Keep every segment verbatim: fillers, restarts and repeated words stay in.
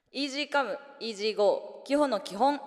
イージーカム、イージーゴー、基本の基本。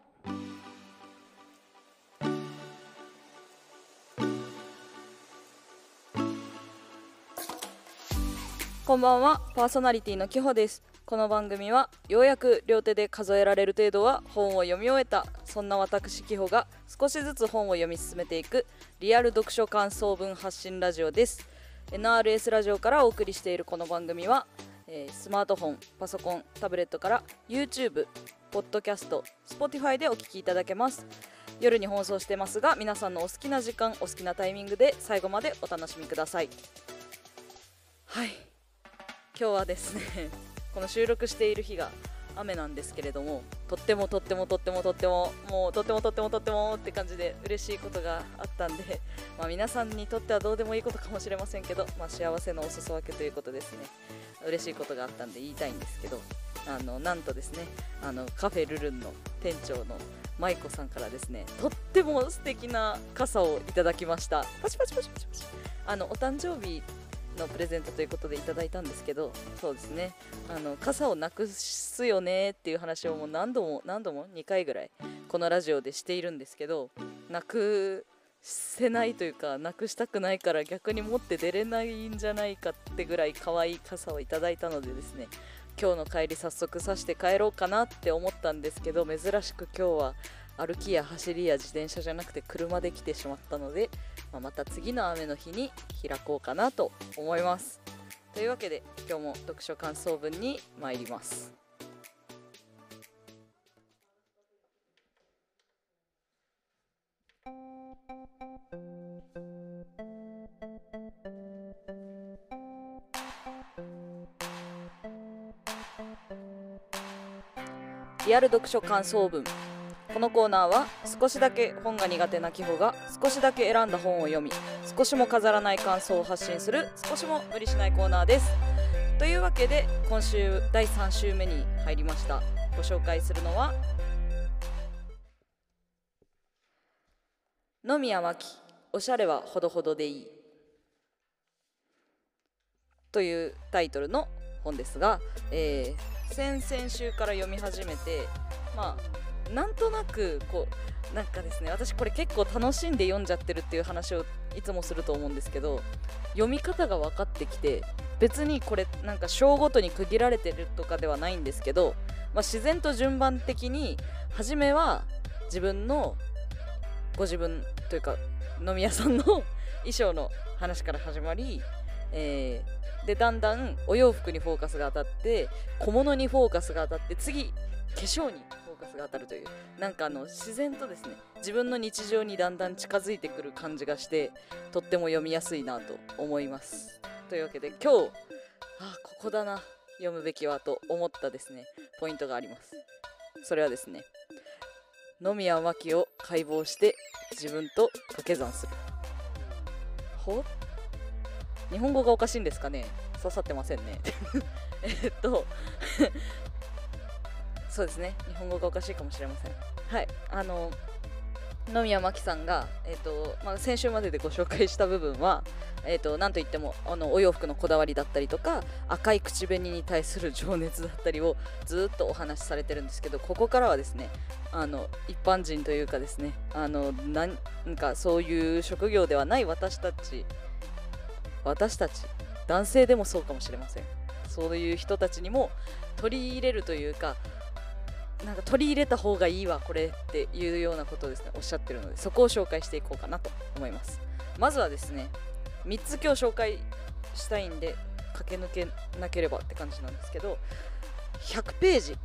こんばんは、パーソナリティのきほです。この番組はようやく両手で数えられる程度は本を読み終えた、そんな私きほが少しずつ本を読み進めていくリアル読書感想文発信ラジオです。 エヌアールエス ラジオからお送りしているこの番組は、えー、スマートフォン、パソコン、タブレットから YouTube、ポッドキャスト、Spotify でお聞きいただけます。夜に放送してますが、皆さんのお好きな時間、お好きなタイミングで最後までお楽しみください。はい、今日はですねこの収録している日が雨なんですけれども、とってもとってもとってもとってももうとってもとってもとってもって感じで嬉しいことがあったんで、まあ、皆さんにとってはどうでもいいことかもしれませんけど、まあ、幸せのお裾分けということですね。嬉しいことがあったんで言いたいんですけど、あのなんとですね、あのカフェルルンの店長の舞子さんからですね、とっても素敵な傘をいただきました。パチパチパチパチパチ。あのお誕生日のプレゼントということでいただいたんですけど、そうですね、あの傘をなくすよねっていう話をもう何度も何度もにかいぐらいこのラジオでしているんですけど、なくせないというか、なくしたくないから逆に持って出れないんじゃないかってぐらい可愛い傘をいただいたのでですね、今日の帰り早速さして帰ろうかなって思ったんですけど、珍しく今日は歩きや走りや自転車じゃなくて車で来てしまったので、まあ、また次の雨の日に開こうかなと思います。というわけで今日も読書感想文に参ります。リアル読書感想文。このコーナーは少しだけ本が苦手なきほが少しだけ選んだ本を読み、少しも飾らない感想を発信する少しも無理しないコーナーです。というわけで今週だいさん週目に入りました。ご紹介するのは野宮真紀、おしゃれはほどほどでいいというタイトルの本ですが、えー、先々週から読み始めて、まあなんとなくこうなんかですね、私これ結構楽しんで読んじゃってるっていう話をいつもすると思うんですけど、読み方が分かってきて、別にこれなんか章ごとに区切られてるとかではないんですけど、まあ、自然と順番的に初めは自分のご自分というか飲み屋さんの衣装の話から始まり、えー、でだんだんお洋服にフォーカスが当たって小物にフォーカスが当たって、次化粧にフォーカスが当たるという、なんかあの自然とですね、自分の日常にだんだん近づいてくる感じがして、とっても読みやすいなと思います。というわけで今日、あここだな読むべきはと思ったですねポイントがあります。それはですね、野宮真紀を解剖して自分と掛け算する。ほ日本語がおかしいんですかね、刺さってませんねえっとそうですね、日本語がおかしいかもしれません。はい、あの野宮真紀さんが、えーとまあ、先週まででご紹介した部分は、えーと、なんといってもあのお洋服のこだわりだったりとか、赤い口紅に対する情熱だったりをずっとお話しされてるんですけど、ここからはですね、あの一般人というかですね、あのなんかそういう職業ではない私たち私たち男性でもそうかもしれません。そういう人たちにも取り入れるというか、なんか取り入れた方がいいわこれっていうようなことをですねおっしゃってるので、そこを紹介していこうかなと思います。まずはですね、みっつ今日紹介したいんで駆け抜けなければって感じなんですけど、ひゃくページ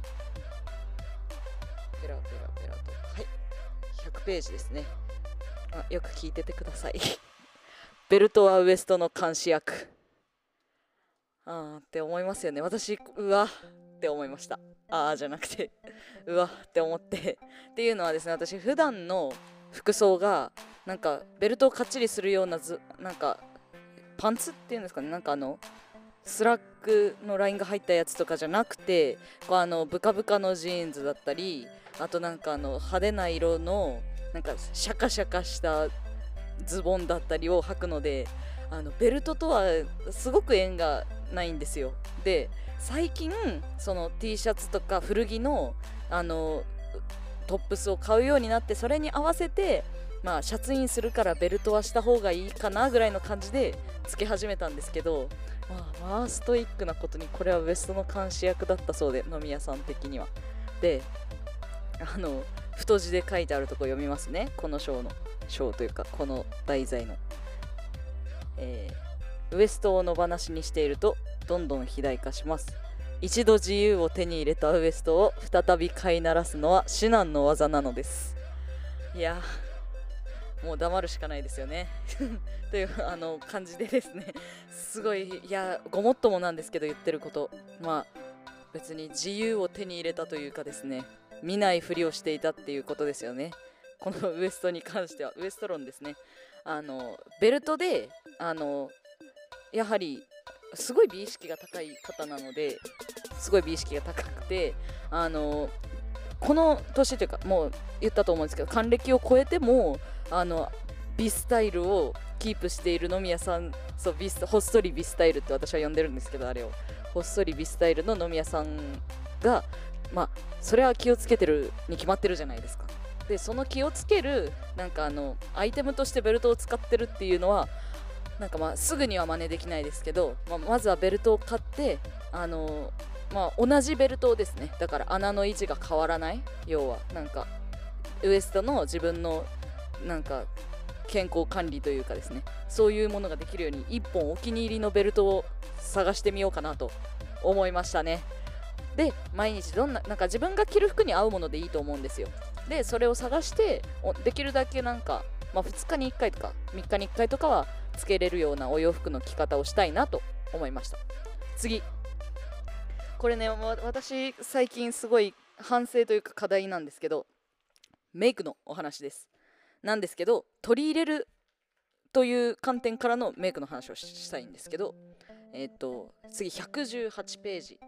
ペラペラペラと、はいひゃくページですね。あよく聞いててくださいベルトはウエストの監視役、あーって思いますよね。私うわって思いました。あーじゃなくてうわって思って、っていうのはですね、私普段の服装がなんかベルトをかっちりするようなずなんかパンツっていうんですかね、なんかあのスラックのラインが入ったやつとかじゃなくて、こうあのブカブカのジーンズだったり、あとなんかあの派手な色のなんかシャカシャカしたズボンだったりを履くので、 あのベルトとはすごく縁がないんですよ。で最近その T シャツとか古着のあのトップスを買うようになって、それに合わせてまあシャツインするからベルトはした方がいいかなぐらいの感じでつけ始めたんですけど、まあ、まあストイックなことにこれはウエストの監視役だったそうで、飲み屋さん的には。であの太字で書いてあるとこ読みますね。この章の章というかこの題材の、えー、ウエストを野放しにしているとどんどん肥大化します。一度自由を手に入れたウエストを再び飼いならすのは至難の業なのです。いやもう黙るしかないですよねというあの感じでですね、すごい、いやごもっともなんですけど言ってること、まあ別に自由を手に入れたというかですね、見ないふりをしていたっていうことですよね。このウエストに関してはウエスト論ですね。あのベルトであのやはりすごい美意識が高い方なので、すごい美意識が高くて、あのこの年というかもう言ったと思うんですけど、還暦を超えてもあの美スタイルをキープしている飲み屋さん、そう美ほっそり美スタイルって私は呼んでるんですけど、あれをほっそり美スタイルの飲み屋さんがまあそれは気をつけてるに決まってるじゃないですか。でその気をつけるなんかあのアイテムとしてベルトを使ってるっていうのはなんかまあすぐには真似できないですけど、まあ、まずはベルトを買ってあのまあ同じベルトをですね、だから穴の位置が変わらない、要はなんかウエストの自分のなんか健康管理というかですね、そういうものができるようにいっぽんお気に入りのベルトを探してみようかなと思いましたね。で毎日どんななんか自分が着る服に合うものでいいと思うんですよ。でそれを探してできるだけなんか、まあ、ふつかにいっかいとかみっかにいっかいとかはつけれるようなお洋服の着方をしたいなと思いました。次これね、私最近すごい反省というか課題なんですけど、メイクのお話ですなんですけど、取り入れるという観点からのメイクの話をしたいんですけど、えっと次ひゃくじゅうはちページ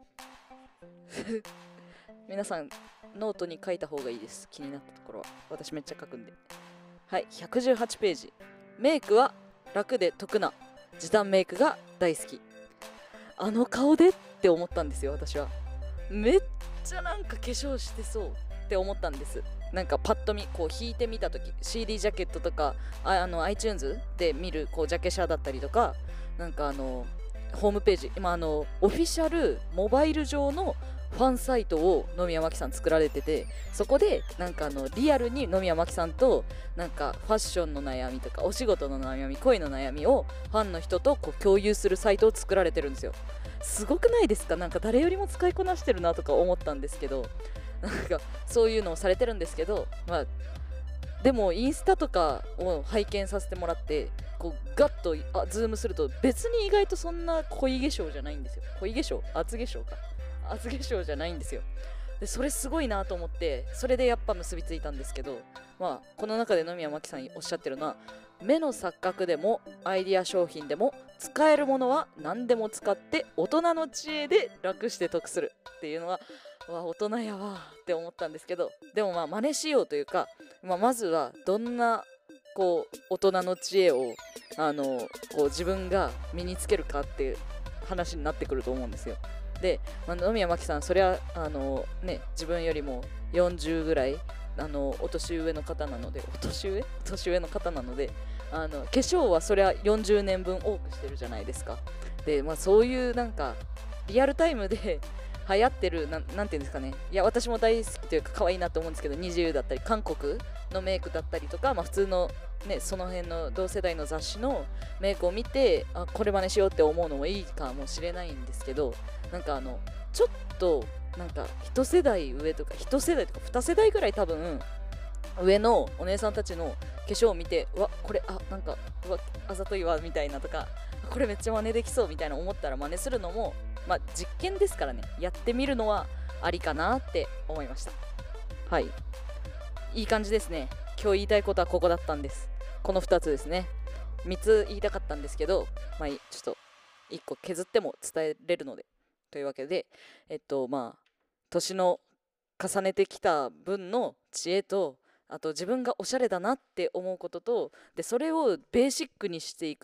皆さんノートに書いた方がいいです、気になったところは。私めっちゃ書くんで。はい、ひゃくじゅうはちページ。メイクは楽で得な時短メイクが大好き。あの顔でって思ったんですよ、私は。めっちゃなんか化粧してそうって思ったんです。なんかパッと見こう弾いてみた時 シーディー ジャケットとかああの iTunes で見るこうジャケ写だったりとか、なんかあのホームページ、今あのオフィシャルモバイル上のファンサイトを野宮真貴さん作られてて、そこでなんかあのリアルに野宮真貴さんとなんかファッションの悩みとかお仕事の悩み、恋の悩みをファンの人とこう共有するサイトを作られてるんですよ。すごくないですか？なんか誰よりも使いこなしてるなとか思ったんですけど、なんかそういうのをされてるんですけど、まあでもインスタとかを拝見させてもらってこうガッとあズームすると別に意外とそんな濃い化粧じゃないんですよ。濃い化粧厚化粧か厚化粧じゃないんですよ。でそれすごいなと思って、それでやっぱ結びついたんですけど、まあこの中で野宮真貴さんおっしゃってるのは、目の錯覚でもアイディア商品でも使えるものは何でも使って大人の知恵で楽して得するっていうのは、わ大人やわって思ったんですけど、でもまあ真似しようというか、まあ、まずはどんなこう大人の知恵をあのこう自分が身につけるかっていう話になってくると思うんですよ。で、まあ、野宮真貴さんそりゃあの、ね、自分よりもよんじゅうぐらいあのお年上の方なので、お年上年上の方なので、あの化粧はそりゃよんじゅうねんぶん多くしてるじゃないですか。で、まあ、そういうなんかリアルタイムで流行ってるな、なんていうんですかね、いや私も大好きというか可愛いなと思うんですけど、にじゅうだったり韓国のメイクだったりとか、まあ、普通のねその辺の同世代の雑誌のメイクを見て、あこれ真似しようって思うのもいいかもしれないんですけど、なんかあのちょっとなんか一世代上とか一世代とか二世代ぐらい多分上のお姉さんたちの化粧を見て、うわこれあなんかうわあざといわみたいなとか、これめっちゃ真似できそうみたいな思ったら真似するのも、まあ実験ですからね、やってみるのはありかなって思いました。はい、いい感じですね。今日言いたいことはここだったんです。このふたつですね。みっつ言いたかったんですけど、まあちょっといっこ削っても伝えれるのでというわけで、えっとまあ年の重ねてきた分の知恵と、あと自分がおしゃれだなって思うことと、でそれをベーシックにしていく、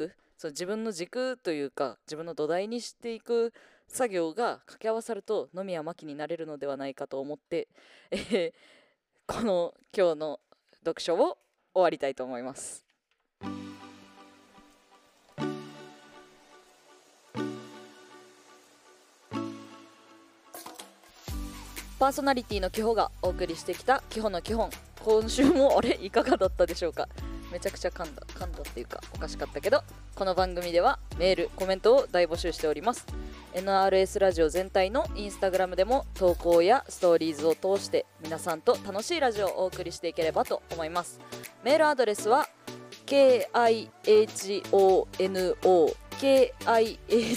その自分の軸というか自分の土台にしていく作業が掛け合わさると野宮真紀になれるのではないかと思って、えーこの今日の読書を終わりたいと思います。パーソナリティのキホがお送りしてきたキホの基本、今週もあれいかがだったでしょうか。めちゃくちゃ噛んだ噛んだっていうかおかしかったけど、この番組ではメールコメントを大募集しております。 エヌアールエス ラジオ全体のインスタグラムでも投稿やストーリーズを通して皆さんと楽しいラジオをお送りしていければと思います。メールアドレスは キホノ キホノ ア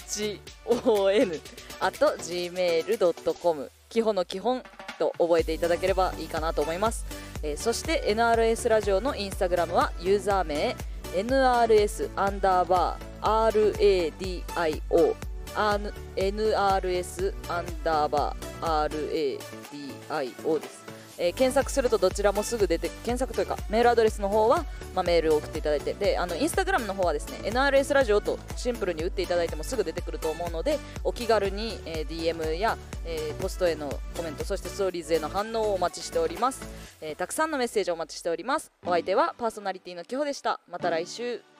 ット ジーメール ドットコム 基本の基本と覚えていただければいいかなと思います。えー、そして エヌアールエス ラジオのインスタグラムはユーザー名 エヌアールエス アンダーバー アールエーディーアイオー エヌアールエス アンダーバー アールエーディーアイオー です。えー、検索するとどちらもすぐ出て、検索というかメールアドレスの方は、まあ、メールを送っていただいて、であのインスタグラムの方はですね エヌアールエス ラジオとシンプルに打っていただいてもすぐ出てくると思うので、お気軽に、えー、ディーエム や、えー、ポストへのコメント、そしてストーリーズへの反応をお待ちしております。えー、たくさんのメッセージをお待ちしております。お相手はパーソナリティのキホでした。また来週。